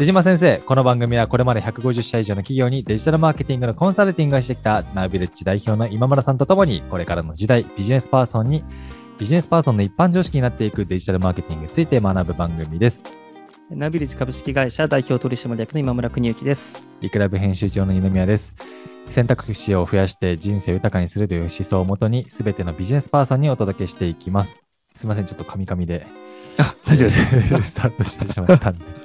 出島先生、この番組はこれまで150社以上の企業にデジタルマーケティングのコンサルティングをしてきたナウビレッジ代表の今村さんとともに、これからの時代、ビジネスパーソンの一般常識になっていくデジタルマーケティングについて学ぶ番組です。 ナウビレッジ株式会社代表取締役の今村邦之です。 リクラブ編集長の二宮です。選択肢を増やして人生を豊かにするという思想をもとに、すべてのビジネスパーソンにお届けしていきます。すみません、ちょっとカミカミで。 大丈夫です。 スタートしてしまったんで。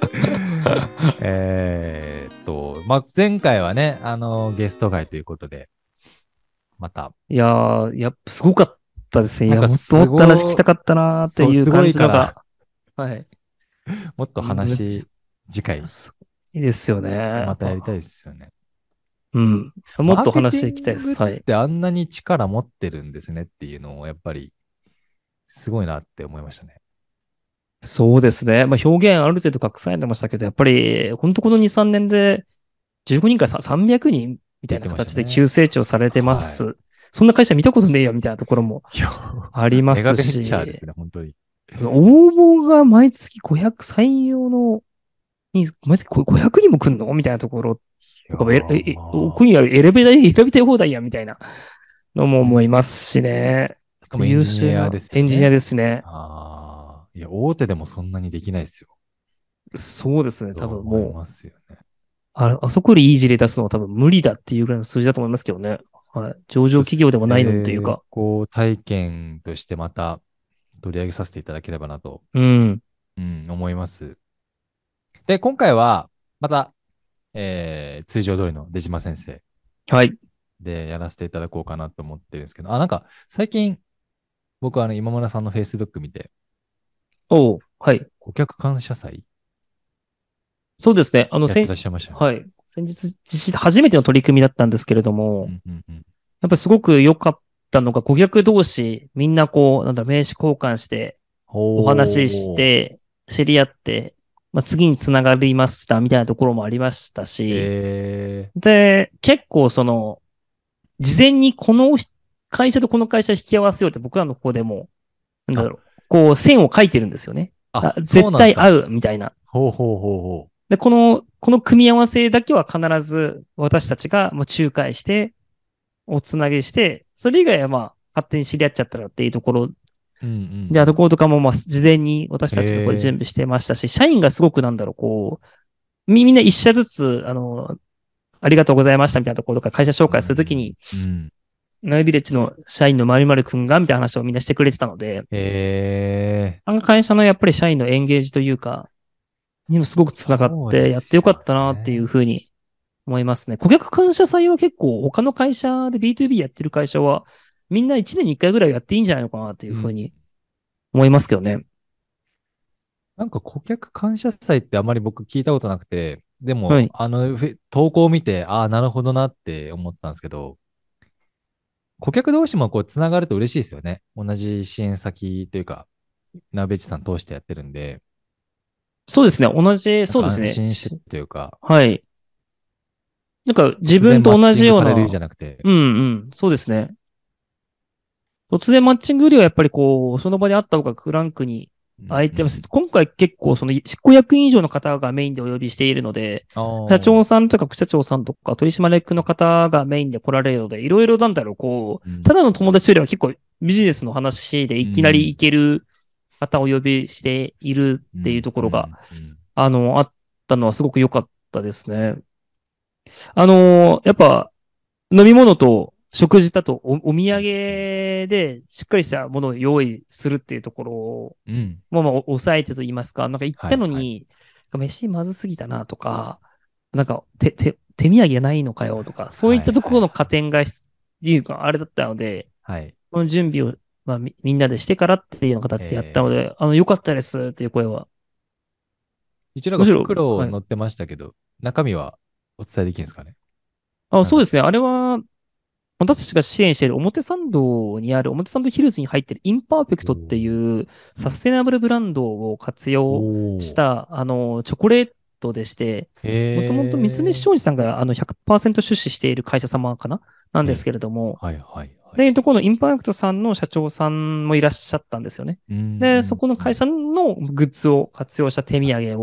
前回はね、ゲスト会ということで、また。 いやー、すごかったですね。いや、もっとすごいもっと話聞きたかったなーっていう感じのが。はい。 もっと次回。 いいですよね。 またやりたいですよね。 うん。もっと話聞きたいです。はい。 ってあんなに力持ってるんですねっていうのを、やっぱり、すごいなって思いましたね。 そうですね。まあ、表現ある程度隠されてましたけど、やっぱり、本当この2、3年で15人から300人みたいな形で急成長されてます。そんな会社見たことねえよみたいなところもありますし。 メガベンチャーですね、本当に。 応募が毎月500採用のに、毎月500人も来んのみたいなところ。奥には選びたい放題やみたいなのも思いますしね。 しかもエンジニアですよね。 エンジニアですね。 いや、大手でもそんなにできないですよ。 そうですね、多分もう。 思いますよね。 あそこよりいい事例出すのは多分無理だっていうぐらいの数字だと思いますけどね。はい。上場企業でもないのにというか。 体験としてまた取り上げさせていただければなと、思います。で、今回はまた、通常通りの出島先生。 はい。 でやらせていただこうかなと思ってるんですけど、なんか最近僕は今村さんの Facebook 見て、 はい。 顧客感謝祭そうですね。 やってらっしゃいましたね。 はい。先日実施初めての取り組みだったんですけれども、やっぱりすごく良かったのが、顧客同士、みんな名刺交換して、お話しして、知り合って、次につながりましたみたいなところもありましたし、で、結構事前にこの会社とこの会社を引き合わせようって僕らの方でも、線を書いてるんですよね。絶対合うみたいな。で、この組み合わせだけは必ず私たちが仲介して、おつなげして、それ以外は勝手に知り合っちゃったらっていうところであることとかも事前に私たちの方で準備してましたし、社員がすごくみんな一社ずつ、ありがとうございましたみたいなところとか会社紹介するときに、ナウビレッジの社員の〇〇くんがみたいな話をみんなしてくれてたので、会社のやっぱり社員のエンゲージというか、にもすごくつながってやってよかったなっていうふうに思いますね。顧客感謝祭は結構他の会社で B2B やってる会社はみんな1年に1回ぐらいやっていいんじゃないのかなっていうふうに思いますけどね。 なんか顧客感謝祭ってあまり僕聞いたことなくて、でも、投稿を見て、なるほどなって思ったんですけど、顧客同士もつながると嬉しいですよね。同じ支援先というか、ナベチさん通してやってるんで。 そうですね。そうですね。 安心してというか。 はい。なんか自分と同じような。 じゃなくて。 そうですね。突然マッチングよりはやっぱりその場で会った方がフランクに相手ます。今回結構執行役員以上の方がメインでお呼びしているので、社長さんとか副社長さんとか取締役の方がメインで来られるので、いろいろただの友達よりは結構ビジネスの話でいきなり行ける方をお呼びしているっていうところが、あったのはすごく良かったですね。やっぱ飲み物と食事だとお土産でしっかりしたものを用意するっていうところを、抑えてと言いますか、なんか言ったのに、飯まずすぎたなとか、なんか手土産がないのかよとか、そういったところの加点が、あれだったので、この準備を、みんなでしてからっていうような形でやったので、良かったですっていう声は。 一応なんか袋載ってましたけど、中身はお伝えできるんですかね。 そうですね。あれは、私たちが支援している表参道にある表参道ヒルズに入っているインパーフェクトっていうサステナブルブランドを活用したチョコレートでして、もともと三菱商事さんが100% 出資している会社様かななんですけれども、で、このインパーフェクトさんの社長さんもいらっしゃったんですよね。で、そこの会社のグッズを活用した手土産を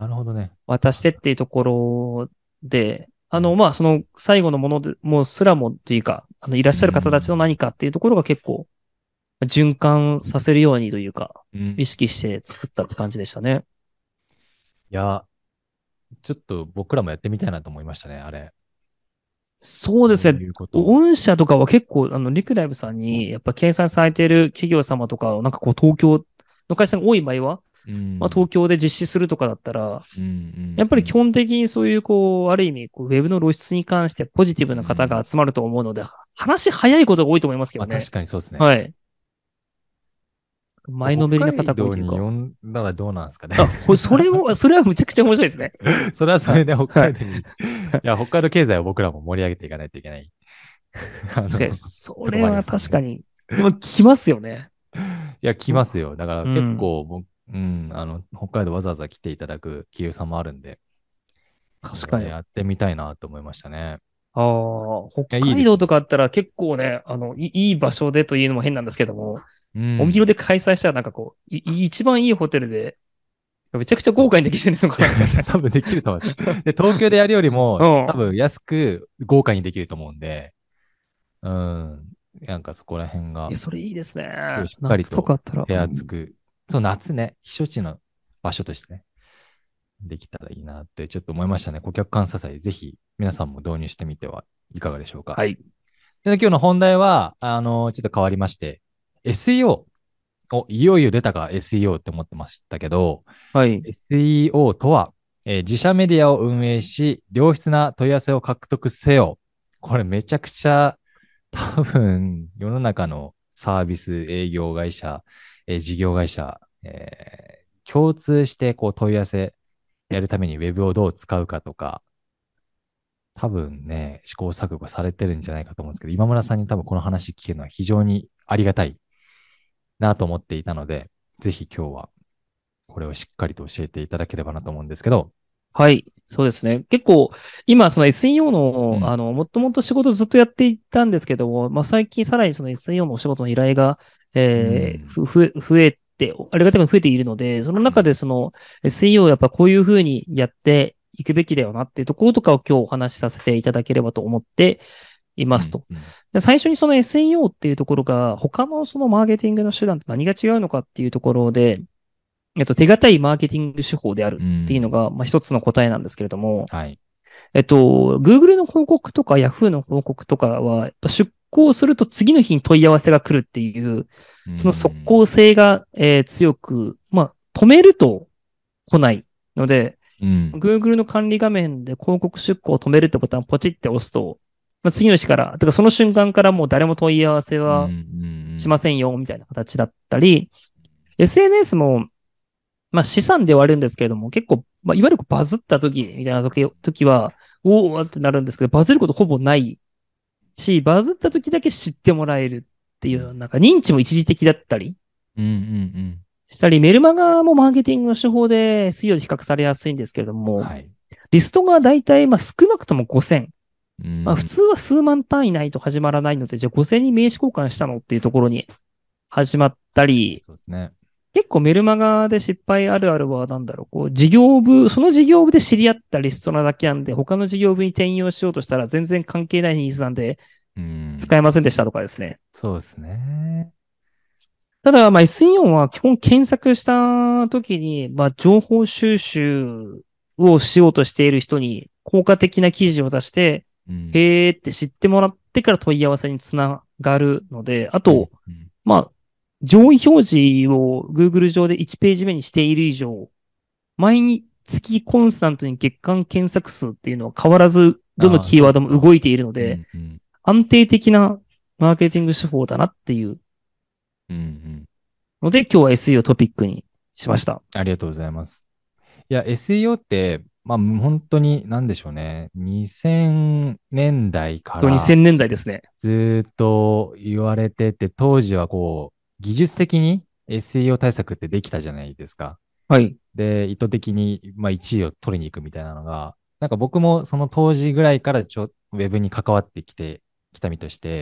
なるほどね。 渡してっていうところで、まあ、その最後のものでもうすらもっていうか、いらっしゃる方たちの何かっていうところが結構循環させるようにというか、 うん。 意識して作ったって感じでしたね。 いや、ちょっと僕らもやってみたいなと思いましたね、あれ。そうそうですね。 いうことを。 御社とかは結構、リクライブさんに、やっぱ掲載されている企業様とか、なんかこう、東京の会社が多い場合は、 うまあ、 ん。 東京で実施するとかだったら、 うん、うん、 やっぱり基本的にそういう、こう、ある意味、こうウェブの露出に関してポジティブうん。うな方がん。 集まると思うので、話早いことが多いと思いますけまあ、 どね。 確かにそうですね。 はい。前のめりな方北海が多いというか。 道に呼んだらどうなんですかね。 それはむちゃくちゃ面白いですね。 それはそはい。 れで北はい。 海道に、いや、北海道経済を僕らも盛り上げていかないといけない。 確かに、そとこもありまれはすんで。 確かに。でも、来ますよね。 いや、来ますよ。だから結うん。 構うん、北海道わざわざ来ていただく企業さんもあるんで、 確かに。 やってみたいなと思いましたね。 ああ、北いや、いいですよ。 海道とかあったら結構ね、いい場所でというのも変なんですけども、 うん。 帯広で開催したらなんかこう、一番いいホテルで、めちゃくちゃ豪そ華にできてるのかな、みたいう。多分できると思います。で、東京でやるよりも、 な。うん。 多分安く豪華にできると思うんで、うん。なんかそこら辺が、 それいいですね。 すごいしっかり夏とかとあったら。 手うん。 厚く、そう、夏ね、避暑地の場所としてね、できたらいいなってちょっと思いましたね。顧客監査祭、ぜひ皆さんも導入してみてはいかがでしょうか。 はい。 で、今日の本題は、ちょっと変わりまして、SEO。いよいよ出たか SEO って思ってましたけど、 はい。 SEO とは、自社メディアを運営し、良質な問い合わせを獲得せよ。これめちゃくちゃ多分世の中のサービス営業会社、事業会社、共通してこう問い合わせやるためにウェブをどう使うかとか、多分ね、試行錯誤されてるんじゃないかと思うんですけど、今村さんに多分この話聞けるのは非常にありがたいなと思っていたので、ぜひ今日はこれをしっかりと教えていただければなと思うんですけど、 はい。そうですね。結構、今、その SEO の、 うん、 もともと仕事ずっとやっていたんですけども、まあ、最近さらにその SEO のお仕事の依頼が、 うん、 増えて、ありがたく増えているので、その中でうん、 その SEO をやっぱこういうふうにやっていくべきだよなっていうところとかを今日お話しさせていただければと思っていうん、 ますと。 うん、 で最初にその SEO っていうところが、他のそのマーケティングの手段と何が違うのかっていうところで、手堅いマーケティング手法であるうっていうのん、 が、まあ、一つの答えなんですけれども、 はい。 Google の広告とか Yahoo の広告とかは、やっぱ出稿すると次の日に問い合わせが来るっていう、 うその即ん、 効性が、強く、まあ、止めると来ないので、 うん、 Google の管理画面で広告出稿を止めるってボタンをポチって押すと、まあ、次の日から、てかその瞬間からもう誰も問い合わせうん、うはしまん、 せんよ、みたいな形だったり、SNS もまあ資産ではあるんですけれども、結構、まあ、いわゆるバズった時みたいな時は、おーってなるんですけど、バズることほぼないし、バズった時だけ知ってもらえるっていう、なんか認知も一時的だったりうん、うん、 したり、メルマガもマーケティングの手法で SEO で比較されやすいんですけれども、 はい。 リストがだいたいまあ少なくとも5000。 うん、 まあ普通は数万単位ないと始まらないので、じゃあ5000に名刺交換したのっていうところに始まった確かにり、 そうですね。 結構メルマガで失敗あるあるはなんだろう、こう、事業部、その事業部で知り合ったリストなだけなんで、他の事業部に転用しようとしたら全然関係ないニーズなんでうん、 使えませんでしたとかですね。 そうですね。 ただ、まあ、SEO は基本検索した時に、まあ、情報収集をしようとしている人に効果的な記事を出して、 うん、 へーって知ってもらってから問い合わせにつながるので、あうん、 と、 うん、 まあ、上位表示を Google 上で1ページ目にしている以上、毎月コンスタントに月間検索数っていうのは変わらず、どのああ、 キーワードもそうか。 動いているので、 うん、うん、 安定的なマーケティング手法だなっていううん、うん。 ので、今日は SEO をトピックにしました。 ありがとうございます。いや、SEO って、まあ、本当に、なんでしょうね。2000年代かとら 2000年代ですね。 ずーっと言われてて、当時はこう、技術的に SEO 対策ってできたじゃないですか。 はい。 で、意図的に、まあ、1位を取りに行くみたいなのが、なんか僕もその当時ぐらいからウェブに関わってきた身として、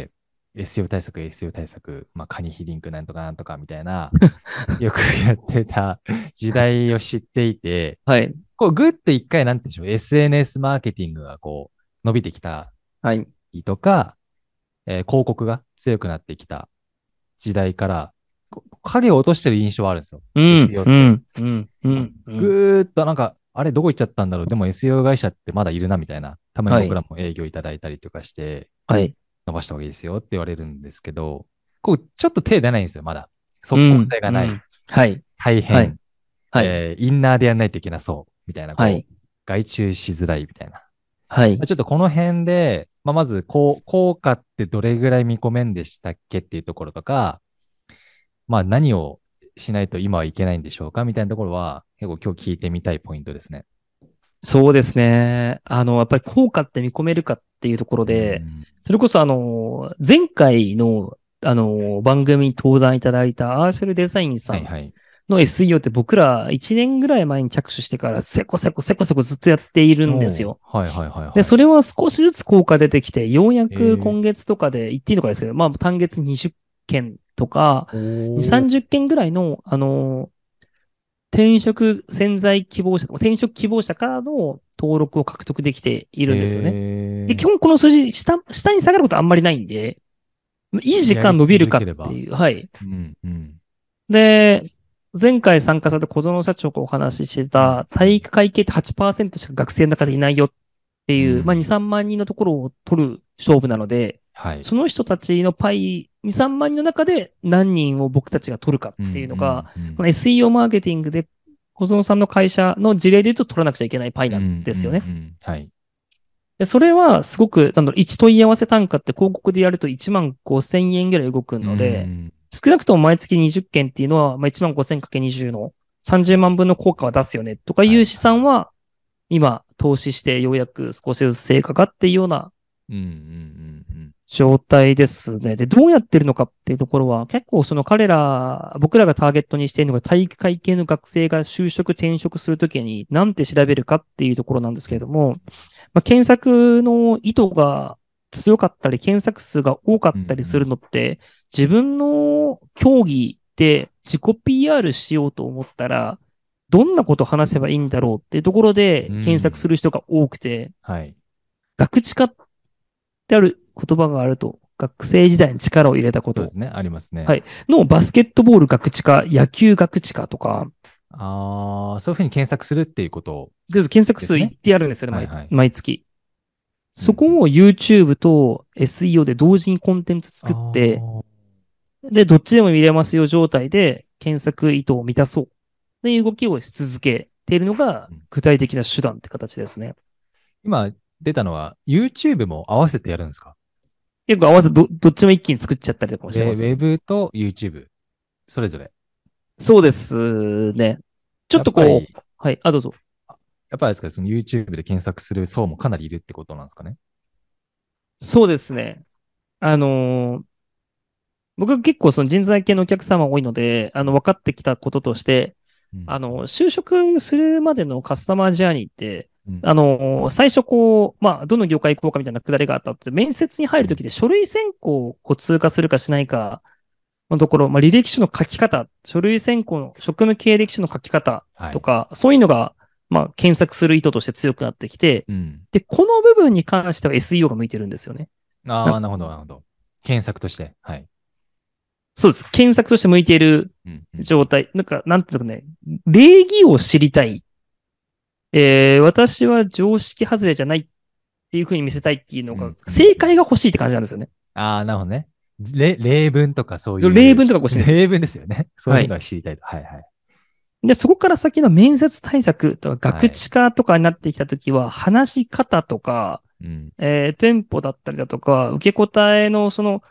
SEO 対策、SEO 対策、まあ、カニヒリンクなんとかなんとかみたいな、よくやってた時代を知っていて、 はい。 こう、ぐっと一回、なんていうんでしょう、SNS マーケティングがこう、伸びてきたはい。 りとか、広告が強くなってきた時代から、影を落としてる印象はあるんですよ。 うん、 SEO って。 うん、うん、うん、うん。 ぐーっとなんか、あれどこ行っちゃったんだろう。でも SEO 会社ってまだいるなみたいな。たまにはい。 僕らも営業いただいたりとかして、 はい。 伸ばした方がいいですよって言われるんですけど、こう、ちょっと手出ないんですよ、まだ。即効うん、 性がない。 うん。はい。はい。 大変。 はい。 インナーでやんないといけなそう。みたいな、 はい。 こう、外注しづらいみたいな。 はい。 ちょっとこの辺で、まず効果ってどれぐらい見込めんでしたっけっていうところとか、何をしないと今はいけないんでしょうかみたいなところは、結構今日聞いてみたいポイントですね。 そうですね。やっぱり効果って見込めるかっていうところうで、 ん。 それこそ前回の、番組に登壇いただいたアーシェルデザインさんはいはい。 の SEO って僕ら1年ぐらい前に着手してからせこせこせこせこずっとやっているんですよ。 はいはいはいで、 はい。 それは少しずつ効果出てきて、ようやくえ今月とかで言っていいのかですけど、まあ単月20件とか、2、 おー。 30件ぐらいの、転職潜在希望者とか、転職希望者からの登録を獲得できているんですよね。で、基え本この数字、下に下がることはあんまりないんで、いい時やり間伸びるかっ続ければ。 ていう。はい。 うんうん。 で、前回参加された小園社長がお話ししてうんた、体育会系って8%しか学生の中でいないよってうん。ういう、まあ、2、 ん。 3万人のところを取る勝負なので、 はい。 その人たちのパイ、2、3万人の中で何人を僕たちが取るかっうんうていうのが、 んうん。 この SEO マーケティングで小園さんの会社の事例で言うと取らなくちゃいけないパイなんうんうんですよね。 うん。はい。 で、それはすごく、1問い合わせ単価って広告でやると1万5千円ぐらい動くうので、 ん。 少なくとも毎月20件っていうのは、まあ、1万 5千×20 の30万分の効果は出すよねとかいう試はいはい。 算は、今、投資してようやく少しずつ成果がっていうようなうんうんうん状態ですね。で、どうやってるのかっていうところは、結構その彼ら、僕らがターゲットにしているのが体育会系の学生が就職転職するときに何て調べるかっていうところなんですうん。 けれども、まあ、検索の意図が強かったり、検索数が多かうんったりするのって、自分の競技で自己 PR しようと思ったら、どんなことを話せばいいんだろうっていうところうん。 で検索うん。 する人が多くて、 はい。 学知化ってある言葉があると、学生時代に力を入れたこと。 そうですね。ありますね。 はい。のバスケットボール学知化、野球学知化とか、 ああ、そういうふうに検索するっていうこと検索ですね。 数言ってやるんですよね、 はいはい。 毎月。 うんうん。 そこを YouTube と SEO で同時にコンテンツ作って、 ああ。 で、どっちでも見れますよ状態で検索意図を満たそう。っていう動きをし続けているのがうん具体的な手段って形ですね。 今出たのは YouTube も合わせてやるんですか？ 結構合わせどっちも一気に作っちゃったりとかもしてますね。 ウェブと YouTube、それぞれ。 そうですね。ちょっやっとこう、 ぱり、 はい、あ、どうぞ。 やっぱりですか、その YouTube で検索する層もかなりいるってことなんですかね。 そうですね。あのー僕は結構その人材系のお客様多いので、分かってきたこととして、 うん就職するまでのカスタマージャーニーって、 うん最初こう、まあ、どの業界行こうかみたいなくだりがあったって、面接に入るときで書類選考を通過するかしないかのところ、まあ、履歴書の書き方、書類選考の職務経歴書の書き方はい。 とか、そういうのが、まあ、検索する意図として強くなってきて、 うん。 で、この部分に関しては SEO が向いてるんですよね。 ああ、なるほど、なるほど。検索として。はい。 そうです。検索として向いているうんうん。 状態。なんか、なんていうかね、礼儀を知りたい。私は常識外れじゃないっていうふうに見せたいっていうのが、 うんうん正うん。 解が欲しいって感じなんですよね。 ああ、なるほどね。例文とかそういう、 例文とか欲しいんですよ。 例文ですよね。そういうのはい。 が知りたいと。はいはい。 で、そこから先の面接対策とか、学はい。 知化とかになってきたときは、話し方とか、 うん。 テンポだったりだとか、受け答えのその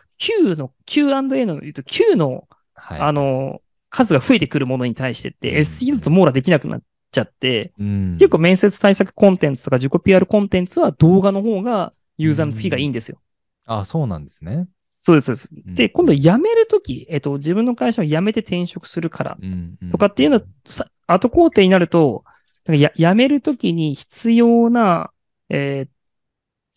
Q&A の言うと Q の、 はいはい。 あの、数が増えてくるものに対してっうんて SEO だと網羅できなくなっちゃって、 うん。 結構面接対策コンテンツとか自己 PR コンテンツは動画の方がうユーザーのつきがいいん。 んですよ。 あ、そうなんですね。 そうです、そうです。で、今度うんうん。 辞めるとき、自分の会社を辞めて転職するからうんうとかんうん。 っていうのは、後工程になると、辞めるときに必要な、えー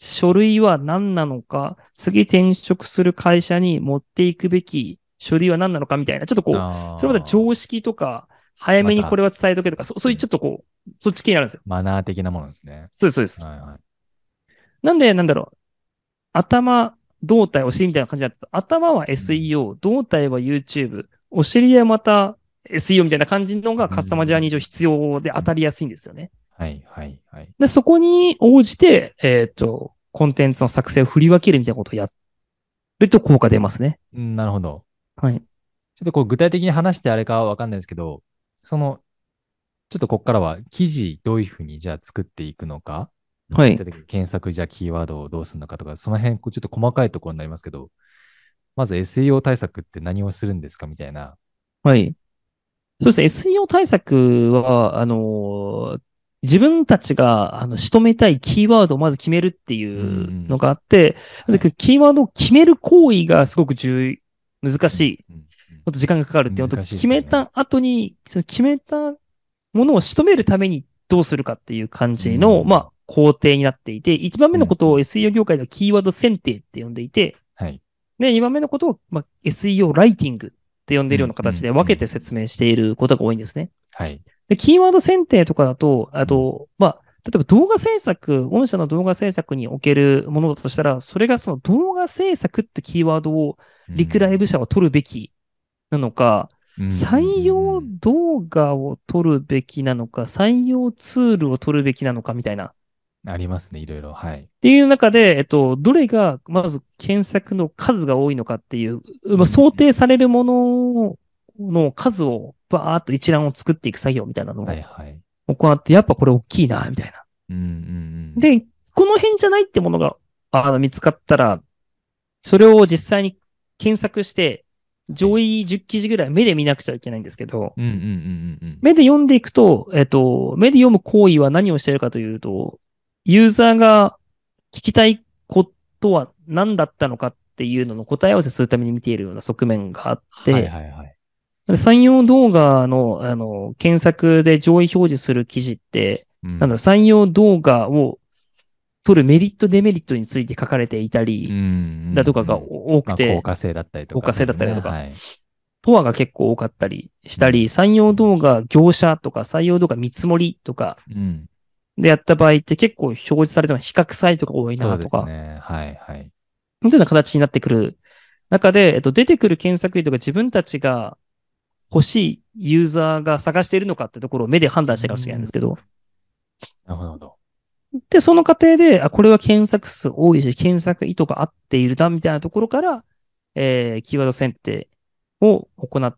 書類は何なのか、次転職する会社に持っていくべき書類は何なのかみたいな、ちょっとこう、それまた常識とか、早めにこれは伝えとけとか、そういうちょっとこう、そっち系になるんですよ。 マナー的なものですね。 そうです、そうです。 はいはい。 なんで、なんだろう。頭、胴体、お尻みたいな感じだった。頭は SEO、胴体は YouTube、お尻はまた SEO みたいな感じのがカスタマージャーニー上必要で当たりやすいんですよね。 はいはいはい。 で、そこに応じて、コンテンツの作成を振り分けるみたいなことをやると効果出ますね。 なるほど。 はい。 ちょっとこう具体的に話してあれかわかんないですけど、ちょっとここからは記事どういうふうにじゃあ作っていくのか、 はい。 検索じゃあキーワードをどうするのかとか、その辺ちょっと細かいところになりますけど、まず SEO 対策って何をするんですかみたいな。 はい。そうですね。SEO 対策は、自分たちが、仕留めたいキーワードをまず決めるってうんういうのん。 があって、 はい。 キーワードを決める行為がすごく難しうんい。 うんもっと時間がかかるっていうのと、 難しいで決すよね。 めた後に、その決めたものを仕留めるためにどうするかっていう感うじの、まん。 あ、工程になっていて、一番目うんうん。 のことを SEO 業界ではキーワード選定って呼んでいて、 はい。 で、2番目のことを、まあ、SEO ライティングって呼んでいるようなうんう形で分けてんうん。 説明していることが多いんですね。 はい。 で、キーワード選定とかだと、あうん。 と、まあ、例えば動画制作、御社の動画制作におけるものだとしたら、それがその動画制作ってキーワードをうリクライブん。 社は取るべきなのか、 うんうんうんう採用ん。 動画を撮るべきなのか、採用ツールを撮るべきなのかみたいな。っありますね、いろいろ。はい。 ていう中で、どれがまず検索の数が多いのかっていう、まあ、 うん想定されるものの数をバーっと一覧を作っていく作業みたいなのをはいはい。 行って、やっぱこれ大きいな、みたいな。 うんうんで、この辺じゃないってものが見つかったら、それを実際に検索して、 はい。 上位10記事ぐらい目で見なくちゃいけないんですけど、 うんうんうんうん目で読んでいくと、目で読む行為は何をしているかというと、ユーザーが聞きたいことは何だったのかっていうのの答え合わせするために見ているような側面があっはいて、 はいはい。 採用動画の、検索で上位表示する記事って、 うん。 採用動画を撮るメリット、デメリットについて書かれていたうんうり、だとかがんうん。まあ、効多くて、 果性だったりとか、 効果性だそういうね。 ったりだとか、 はい。 とはが結構多かったりしたり、 うん。 採用動画業者とか採用動画見積もりとかうん。 でやった場合って結構表示されてるのは比較サイトが多いそうなとか、 ですね。はいはい。 みたいな形になってくる中で、出てくる検索意図が自分たちが欲しいユーザーが探しているのかってところを目で判う断していかなきゃいけないんでん。 すけど、 なるほど。 で、その過程で、これは検索数多いし、検索意図が合っているな、みたいなところから、キーワード選定を行って、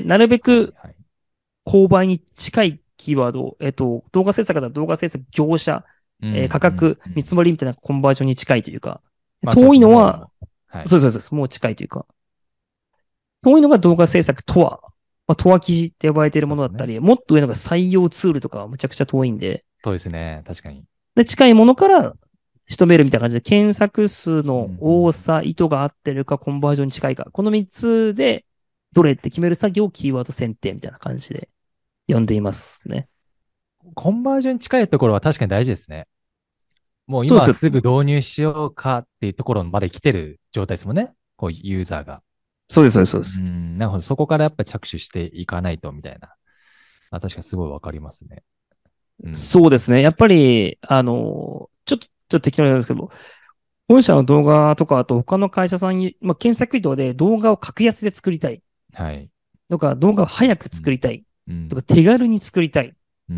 なるべくはいはい。 購買に近いキーワードを、動画制作だと動画制作業者、 うん価うん格、 うん。 見積もりみたいなコンバージョンに近いというか、遠まあそうですね。 いのは、 はい。 そうです、そうです、もう近いというか、遠いのが動画制作とは、まあ、とは記事って呼ばれているそうですね。 ものだったり、もっと上のが採用ツールとかはむちゃくちゃ遠いんで、 そうですね。確かに。 で、近いものから仕留めるみたいな感じで、検索数うんのうん。 多さ、意図が合ってるか、コンバージョンに近いか、この3つで、どれって決める作業をキーワード選定みたいな感じで呼んでいますね。 コンバージョンに近いところは確かに大事ですね。もうそうです。 今すぐ導入しようかっていうところまで来てる状態ですもんね。こうユーザーが。 そうです、そうです、そうです。 なるほど。そこからやっぱり着手していかないとみたいな。あ、確かにすごいわかりますね。うん。 そうですね。やっぱり、ちょっと適当なんですけど、本社の動画とか、あと他の会社さんに、まあ、検索移動で動画を格安で作りたいはい。 とか、動画を早くうん。 作りたいとか、 うん。 手軽に作りたいうん。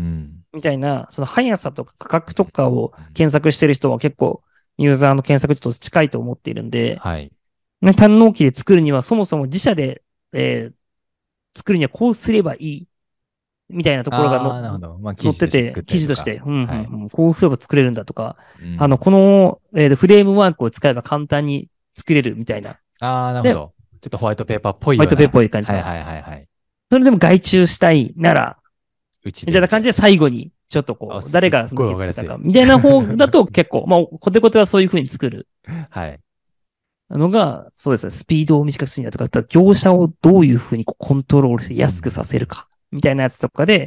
みたいな、その速さとか価格とかをうん検索してる人は結構ユーザーの検索と近いと思っているんで、 はい。 ね、単納期で作るにはそもそも自社で、作るにはこうすればいいみたいなところがああ、なるほど。まあ記事として作っ載ってて、記事として、 たりとか。はい。 こうすれば作れるんだとか、 うん。 この、フレームワークを使えば簡単に作れるみたいな。 ああ、なるほで、ホど。ちょっとホワイトペーパーっぽいワイトペーパような。 ーっぽい感じの。 はいはいはいはい。 それでも外注したいなら、 うちでみたいな。 みたいな感じで最後に、ちょっとあ、 こう、誰すっがそのごいわかりやすい。 記事作ったか、みたいな方だと結構、まあ、コテコテはそういう風に作るはい。 のが、そうですね、スピードを短くするんだとか、業者をどういう風にコントロールして安くうん。 させるか、みたいなやつとかで、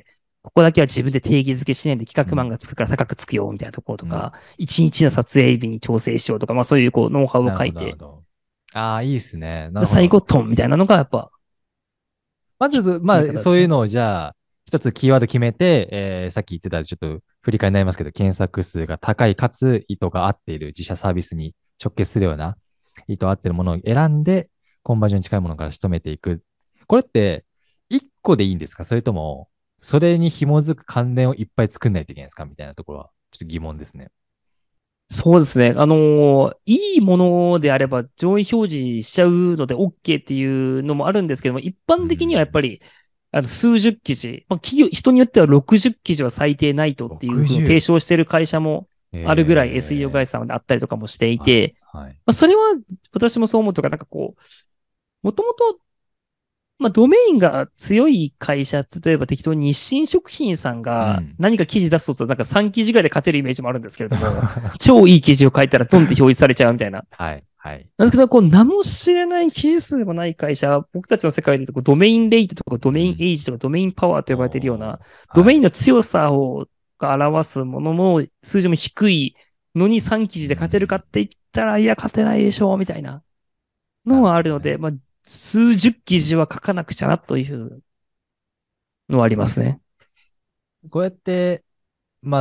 ここだけは自分で定義づけしないで企画マンがつくから高くつくよ、みたいなところとか、1日の撮影日に調整しようとか、まあそういうこう、ノウハウを書いて、 ああ、いいですね。なるほど。 最後、トンみたいなのがやっぱ、 まず、まあ、そういうのをじゃあ、一つキーワード決めて、さっき言ってた、ちょっと振り返りになりますけど、検索数が高いかつ意図が合っている自社サービスに直結するような意図合っているものを選んで、コンバージョンに近いものから仕留めていく。これって、一個でいいんですか？それとも、それに紐づく関連をいっぱい作んないといけないですかみたいなところは、ちょっと疑問ですね。 そうですね。いいものであれば上位表示しちゃうので OK っていうのもあるんですけども、一般的にはやっぱり、数十記事、まあ、企業、人によっては60記事は最低ないとっていうのを提唱している会社もあるぐらい SEO 会社であったりとかもしていて、まあ、それは私もそう思うとか、なんかこう、もともとまあ、ドメインが強い会社、例えば適当に日清食品さんが何か記事出すと、なんか3記事ぐらいで勝てるイメージもあるんですけれども、超いい記事を書いたらドンって表示されちゃうみたいな。 はい、はい。 なんですけど、こう、名も知れない記事数もない会社、僕たちの世界でこうドメインレイトとかドメインエイジとかドメインパワーと呼ばれているような、ドメインの強さをが表すものも、数字も低いのに3記事で勝てるかって言ったら、いや、勝てないでしょう、みたいなのはあるので、まあ、数十記事は書かなくちゃなというのはありますね。 こうやって、まあ、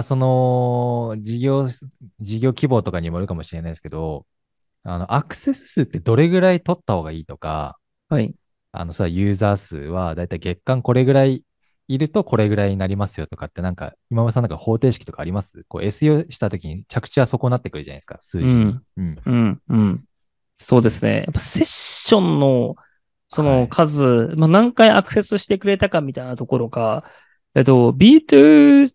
事業規模とかにもよるかもしれないですけど、アクセス数ってどれぐらい取った方がいいとか、 はい。 ユーザー数はだいたい月間これぐらいいるとこれぐらいになりますよとかってなんか、今村さんなんか方程式とかあります？こう SEO したときに着地はそこになってくるじゃないですか、数字に。 うん。うん。うん。そうですね。やっぱセッションのその数、まあ、何回アクセスしてくれたかみたいなところが、B2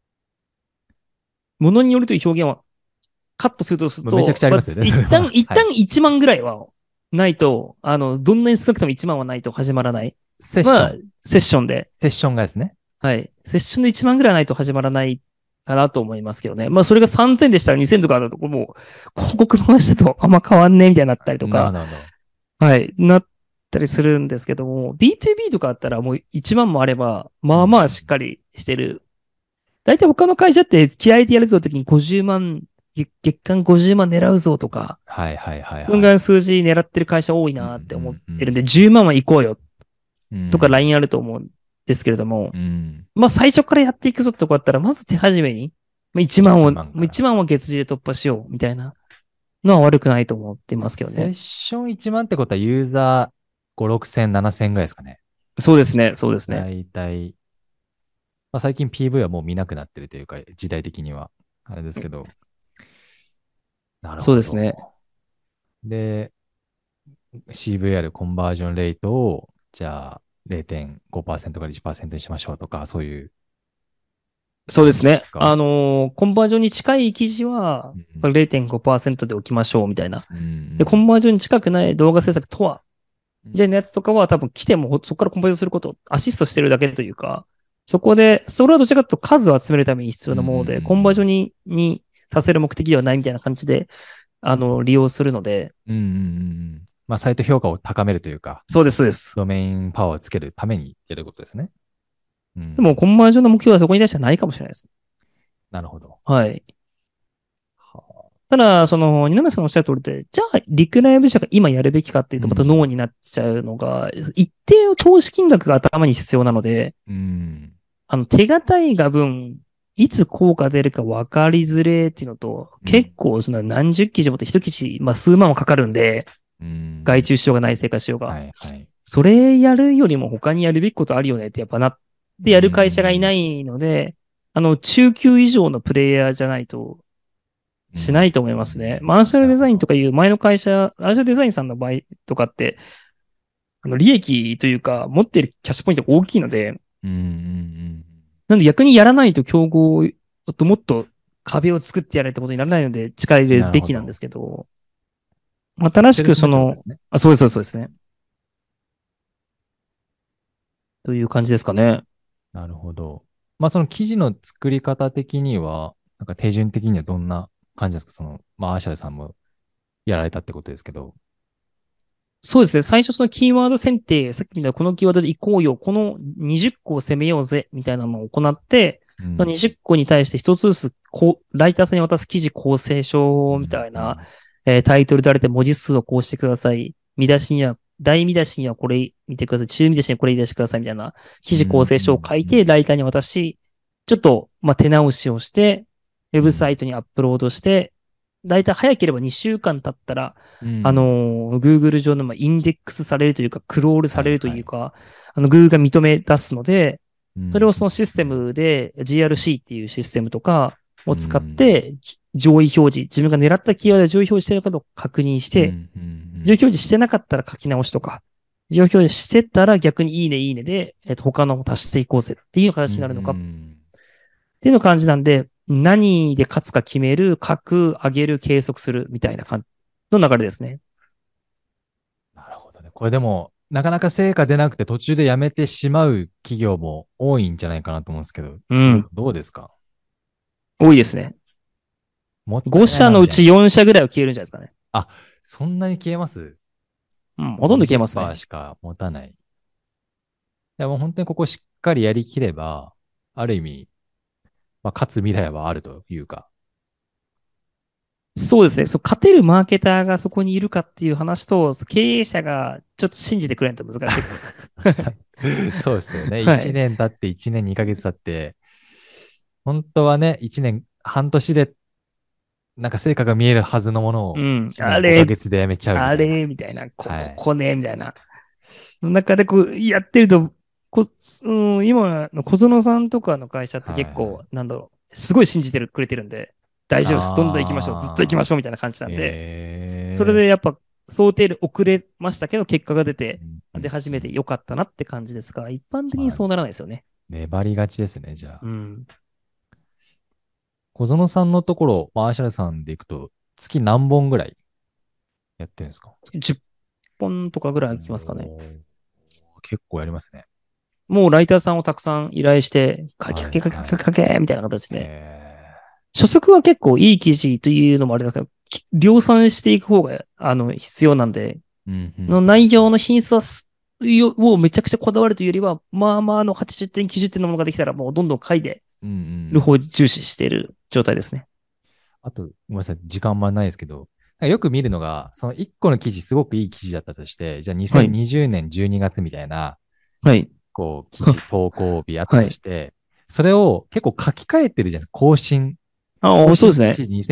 ものによるという表現はカットするとめちゃくちゃありますよね、それは。 一旦1万ぐらいはないと、どんなに少なくとも1万はないと始まらない。 セッション。 セッションで。 セッションがですね。 はい。セッションで1万ぐらいないと始まらないかなと思いますけどね。まあ、それが3000でしたら2000とかだと、もう、広告の話だとあんま変わんねえみたいになったりとか、はい、なったりするんですけども、B2B とかあったらもう1万もあれば、まあまあしっかりしてる。大体他の会社って気合でやるぞときに50万、月間50万狙うぞとか、 はいはいはい、はい。 そのぐらいの数字狙ってる会社多いなって思ってるんで、10万は行こうよとか LINE あると思うんですけれども、まあ最初からやっていくぞってとこだったら、まず手始めに、1万は月次で突破しようみたいなのは悪くないと思ってますけどね。 セッション1万ってことはユーザー5、6千、7千ぐらいですかね。 そうですね、そうですね。 大体、まあ、最近 PV はもう見なくなってるというか、時代的には。あれですけど。なるほど。 そうですね。 で、CVR コンバージョンレートを、じゃあ0.5%から1%にしましょうとか、そういう。 そうですね。コンバージョンに近い記事は 0.5% で置きましょうみたいな。で、コンバージョンに近くない動画制作とは、みたいなやつとかは多分来てもそこからコンバージョンすることをアシストしてるだけというか、そこで、それはどちらかというと数を集めるために必要なもので、コンバージョンにさせる目的ではないみたいな感じで、利用するので。 まあ、サイト評価を高めるというか。 そうです、そうです。 ドメインパワーをつけるためにやることですね。 でも、コンバージョンの目標はそこに対してはないかもしれないです。 なるほど。 はい。ただ、二宮さんおっしゃる通りで、じゃあ、リクライブ社が今やるべきかっていうと、またノーになっちゃうのが、一定の投資金額が頭に必要なので、手堅いが分、いつ効果出るか分かりづれっていうのと、結構、何十記事もって一記事、まあ、数万もかかるんで、外注しようが内製化しようが。それやるよりも他にやるべきことあるよねってやっぱなってやる会社がいないので、中級以上のプレイヤーじゃないと、しないと思いますね。マーシャルデザインとかいう前の会社、マーシャルデザインさんの場合とかって、利益というか、持っているキャッシュポイントが大きいので、なんで逆にやらないと競合ともっと壁を作ってやれってことにならないので、力入れるべきなんですけど、新しくそうです、そうですね。という感じですかね。 なるほど。まあ、その記事の作り方的には、なんか手順的にはどんな感じですか？まあ、アーシャルさんもやられたってことですけど。 そうですね。最初そのキーワード選定、さっきみたいなこのキーワードで行こうよ、この20個を攻めようぜ、みたいなのを行って、その20個に対して一つずつライターさんに渡す記事構成書みたいな、タイトルであれて文字数をこうしてください。大見出しにはこれ見てください。中見出しにはこれ入れしてくださいみたいな記事構成書を書いて、ライターに渡し、ちょっと、手直しをして、ウェブサイトにアップロードして、だいたい早ければ2週間経ったら、Google 上のインデックスされるというか、クロールされるというか、Google が認め出すので、それをそのシステムで GRC っていうシステムとかを使って、上位表示、自分が狙ったキーワードで上位表示してるかどうか確認して、上位表示してなかったら書き直しとか、上位表示してたら逆にいいねいいねで、他のを足していこうぜっていう形になるのか、っていうの感じなんで、何で勝つか決める、書く、上げる、計測するみたいな感じの流れですね。 なるほどね。これでも、なかなか成果出なくて途中でやめてしまう企業も多いんじゃないかなと思うんですけど、どうですか？ 多いですね。5社のうち4社ぐらいは消えるんじゃないですかね。 あ、そんなに消えます？ ほとんど消えますね。 20%しか持たない。いや、もう本当にここしっかりやりきれば、ある意味、勝つ未来はあるというか。 そうですね。勝てるマーケターがそこにいるかっていう話と、経営者がちょっと信じてくれないと難しい。 そうですよね。1年経って1年2ヶ月経って、本当はね、1年半年でなんか成果が見えるはずのものを、1年5ヶ月でやめちゃうみたいな。 あれみたいな。ここねみたいな。の中でやってると、今の小園さんとかの会社って結構、すごい信じてくれてるんで、大丈夫です。どんどん行きましょう。ずっと行きましょうみたいな感じなんで、それでやっぱ想定で遅れましたけど、結果が出始めてよかったなって感じですが、一般的にそうならないですよね。 粘りがちですね、じゃあ。小園さんのところ、アーシャルさんでいくと、月何本ぐらいやってるんですか？ 月10本とかぐらい来ますかね。 結構やりますね。 もうライターさんをたくさん依頼して、書けみたいな形で。初速は結構いい記事というのもあれだけど、量産していく方が、必要なんで、の内容の品質をめちゃくちゃこだわるというよりは、80点、90点のものができたら、もうどんどん書いてる方を重視している状態ですね。 あと、ごめんなさい、時間あんまないですけど、よく見るのが、その1個の記事、すごくいい記事だったとして、じゃあ2020年12月みたいな、記事投稿日あったとして、それを結構書き換えてるじゃないですか、更新。 そうですね。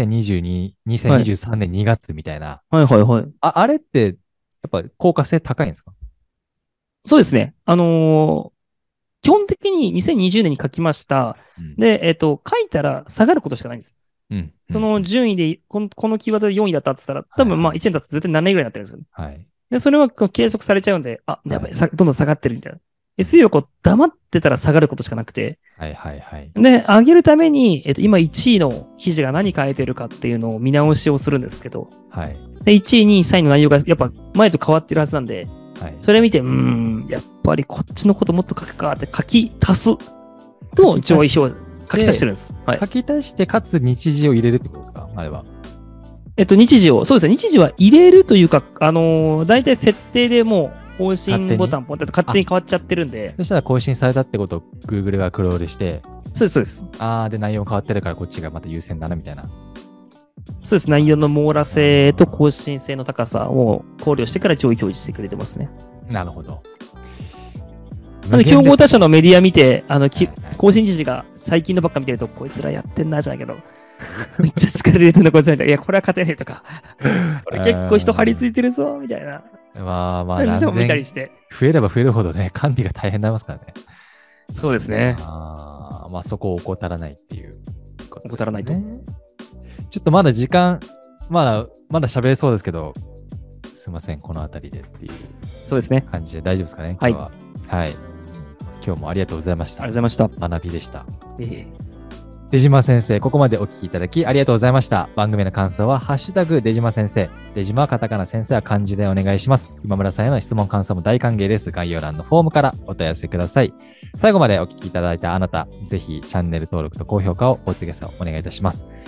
2022、2023年2月みたいな。あれって、やっぱ効果性高いんですか？ そうですね。基本的に2020年に書きました。で、書いたら下がることしかないんです。その順位で、このキーワードで4位だったって言ったら、多分1年だったら絶対7位ぐらいになってるんですよ。で、それは計測されちゃうんで、やばい、どんどん下がってるみたいな。SE を黙ってたら下がることしかなくて。で、上げるために、今1位の記事が何書いてるかっていうのを見直しをするんですけど、で1位、2位、3位の内容がやっぱ前と変わってるはずなんで、それ見て、やっぱりこっちのこともっと書くかって書き足すと上位表、書き足してるんです。 書き足して、かつ日時を入れるってことですか？あれは。 日時を、そうですね。日時は入れるというか、大体設定でもう、更新ボタンポンって勝手に変わっちゃってるんで。 そしたら更新されたってことを Google がクロールして。 そうです、そうです。 で、内容変わってるからこっちがまた優先だな、みたいな。 そうです。内容の網羅性と更新性の高さを考慮してから上位表示してくれてますね。 なるほど。 競合他社のメディア見て、更新日時が最近のばっか見てると、こいつらやってんな、じゃないけど。めっちゃ力入れてんのこいつらみたいな。いや、これは勝てねえとか。これ結構人張り付いてるぞ、みたいな。見たりして。 増えれば増えるほどね、管理が大変になりますからね。 そうですね。 そこを怠らないっていうことですね。 怠らないと。 ちょっとまだ時間、まだ喋れそうですけど、すいません、このあたりでっていう。 そうですね。 感じで大丈夫ですかね、今日は。はい。今日もありがとうございました。 ありがとうございました。 学びでした。出島先生、ここまでお聞きいただきありがとうございました。番組の感想は、ハッシュタグ出島先生。出島はカタカナ、先生は漢字でお願いします。今村さんへの質問、感想も大歓迎です。概要欄のフォームからお問い合わせください。最後までお聞きいただいたあなた、ぜひチャンネル登録と高評価をポッドキャストお願いいたします。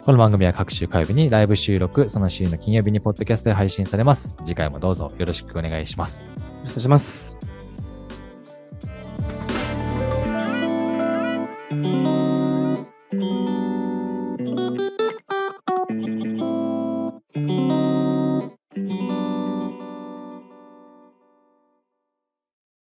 この番組は各週火曜日にライブ収録、その週の金曜日にポッドキャストで配信されます。次回もどうぞよろしくお願いします。 お願いします。